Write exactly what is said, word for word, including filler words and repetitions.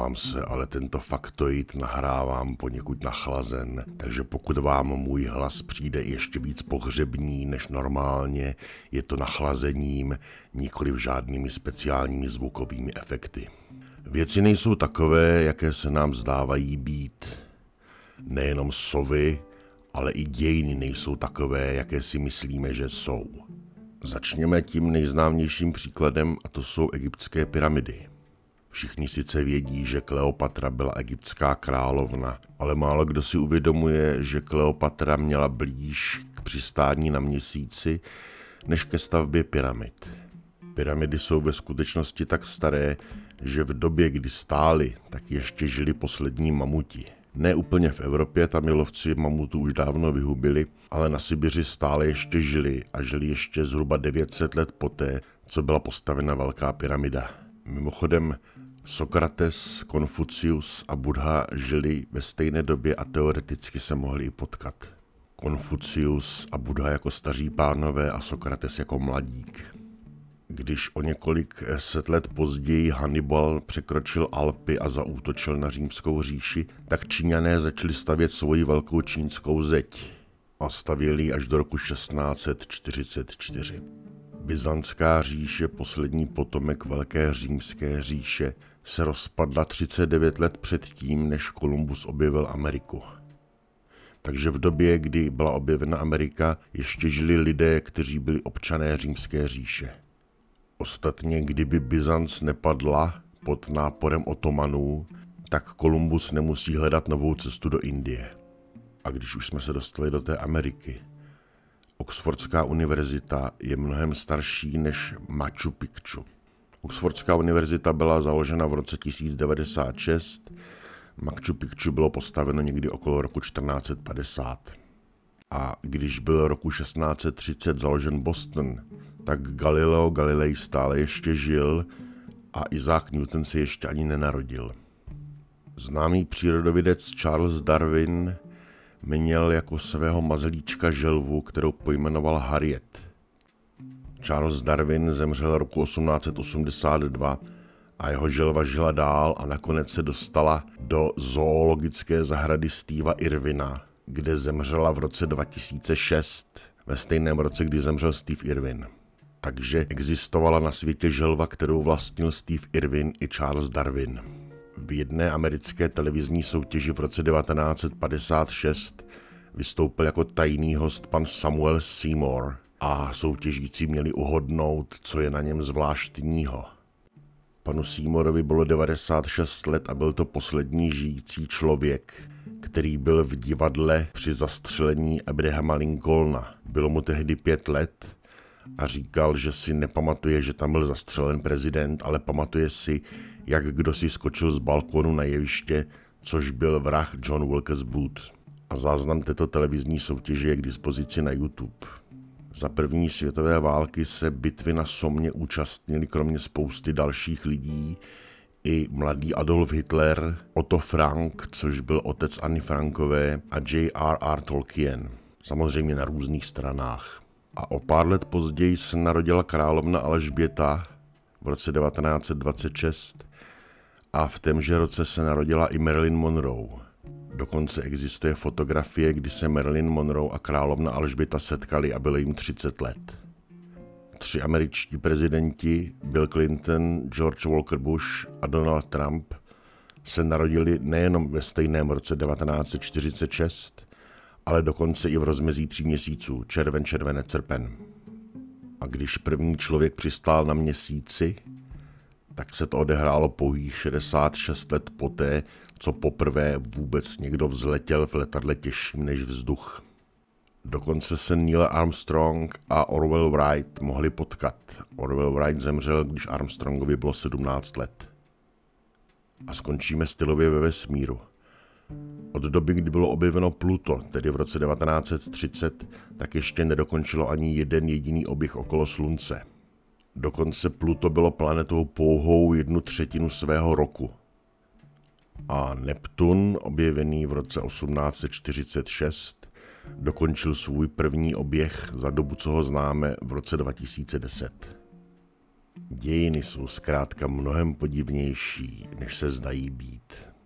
Omlouvám se, ale tento faktoid nahrávám poněkud nachlazen, takže pokud vám můj hlas přijde ještě víc pohřební než normálně, je to nachlazením, nikoliv žádnými speciálními zvukovými efekty. Věci nejsou takové, jaké se nám zdávají být. Nejenom sovy, ale i dějiny nejsou takové, jaké si myslíme, že jsou. Začněme tím nejznámějším příkladem, a to jsou egyptské pyramidy. Všichni sice vědí, že Kleopatra byla egyptská královna, ale málo kdo si uvědomuje, že Kleopatra měla blíž k přistání na Měsíci než ke stavbě pyramid. Pyramidy jsou ve skutečnosti tak staré, že v době, kdy stály, tak ještě žili poslední mamuti. Ne úplně v Evropě, tam je lovci mamutů už dávno vyhubili, ale na Sibiři stále ještě žili a žili ještě zhruba devět set let poté, co byla postavena Velká pyramida. Mimochodem, Sokrates, Konfucius a Buddha žili ve stejné době a teoreticky se mohli i potkat. Konfucius a Buddha jako staří pánové a Sokrates jako mladík. Když o několik set let později Hannibal překročil Alpy a zaútočil na římskou říši, tak Číňané začali stavět svoji velkou čínskou zeď a stavěli až do roku šestnáct set čtyřicet čtyři. Byzantská říše, poslední potomek Velké římské říše, se rozpadla třicet devět let předtím, než Kolumbus objevil Ameriku. Takže v době, kdy byla objevena Amerika, ještě žili lidé, kteří byli občané římské říše. Ostatně, kdyby Byzanc nepadla pod náporem Otomanů, tak Kolumbus nemusí hledat novou cestu do Indie. A když už jsme se dostali do té Ameriky, Oxfordská univerzita je mnohem starší než Machu Picchu. Oxfordská univerzita byla založena v roce tisíc devadesát šest, Machu Picchu bylo postaveno někdy okolo roku čtrnáct set padesát. A když byl roku šestnáct set třicet založen Boston, tak Galileo Galilei stále ještě žil a Isaac Newton se ještě ani nenarodil. Známý přírodovědec Charles Darwin měl jako svého mazlíčka želvu, kterou pojmenoval Harriet. Charles Darwin zemřel roku osmnáct set osmdesát dva a jeho želva žila dál a nakonec se dostala do zoologické zahrady Steva Irwina, kde zemřela v roce dva tisíce šest, ve stejném roce, kdy zemřel Steve Irwin. Takže existovala na světě želva, kterou vlastnil Steve Irwin i Charles Darwin. V jedné americké televizní soutěži v roce devatenáct set padesát šest vystoupil jako tajný host pan Samuel Seymour a soutěžící měli uhodnout, co je na něm zvláštního. Panu Seymoorovi bylo devadesát šest let a byl to poslední žijící člověk, který byl v divadle při zastřelení Abrahama Lincolna. Bylo mu tehdy pět let a říkal, že si nepamatuje, že tam byl zastřelen prezident, ale pamatuje si, jak kdo si skočil z balkonu na jeviště, což byl vrah John Wilkes Booth. A záznam této televizní soutěže je k dispozici na YouTube. Za první světové války se bitvy na Somme účastnili kromě spousty dalších lidí i mladý Adolf Hitler, Otto Frank, což byl otec Anny Frankové, a J R R Tolkien. Samozřejmě na různých stranách. A o pár let později se narodila královna Alžběta v roce devatenáct set dvacet šest a v témže roce se narodila i Marilyn Monroe. Dokonce existuje fotografie, kdy se Marilyn Monroe a královna Alžběta setkali a bylo jim třicet let. Tři američtí prezidenti, Bill Clinton, George Walker Bush a Donald Trump, se narodili nejenom ve stejném roce devatenáct set čtyřicet šest, ale dokonce i v rozmezí tří měsíců, červen, červenec, srpen. A když první člověk přistál na Měsíci, tak se to odehrálo pouhých šedesát šest let poté, co poprvé vůbec někdo vzletěl v letadle těžším než vzduch. Dokonce se Neil Armstrong a Orville Wright mohli potkat. Orville Wright zemřel, když Armstrongovi bylo sedmnáct let. A skončíme stylově ve vesmíru. Od doby, kdy bylo objeveno Pluto, tedy v roce devatenáct set třicet, tak ještě nedokončilo ani jeden jediný oběh okolo Slunce. Dokonce Pluto bylo planetou pouhou jednu třetinu svého roku. A Neptun, objevený v roce osmnáct set čtyřicet šest, dokončil svůj první oběh za dobu, co ho známe, v roce dva tisíce deset. Dějiny jsou zkrátka mnohem podivnější, než se zdají být.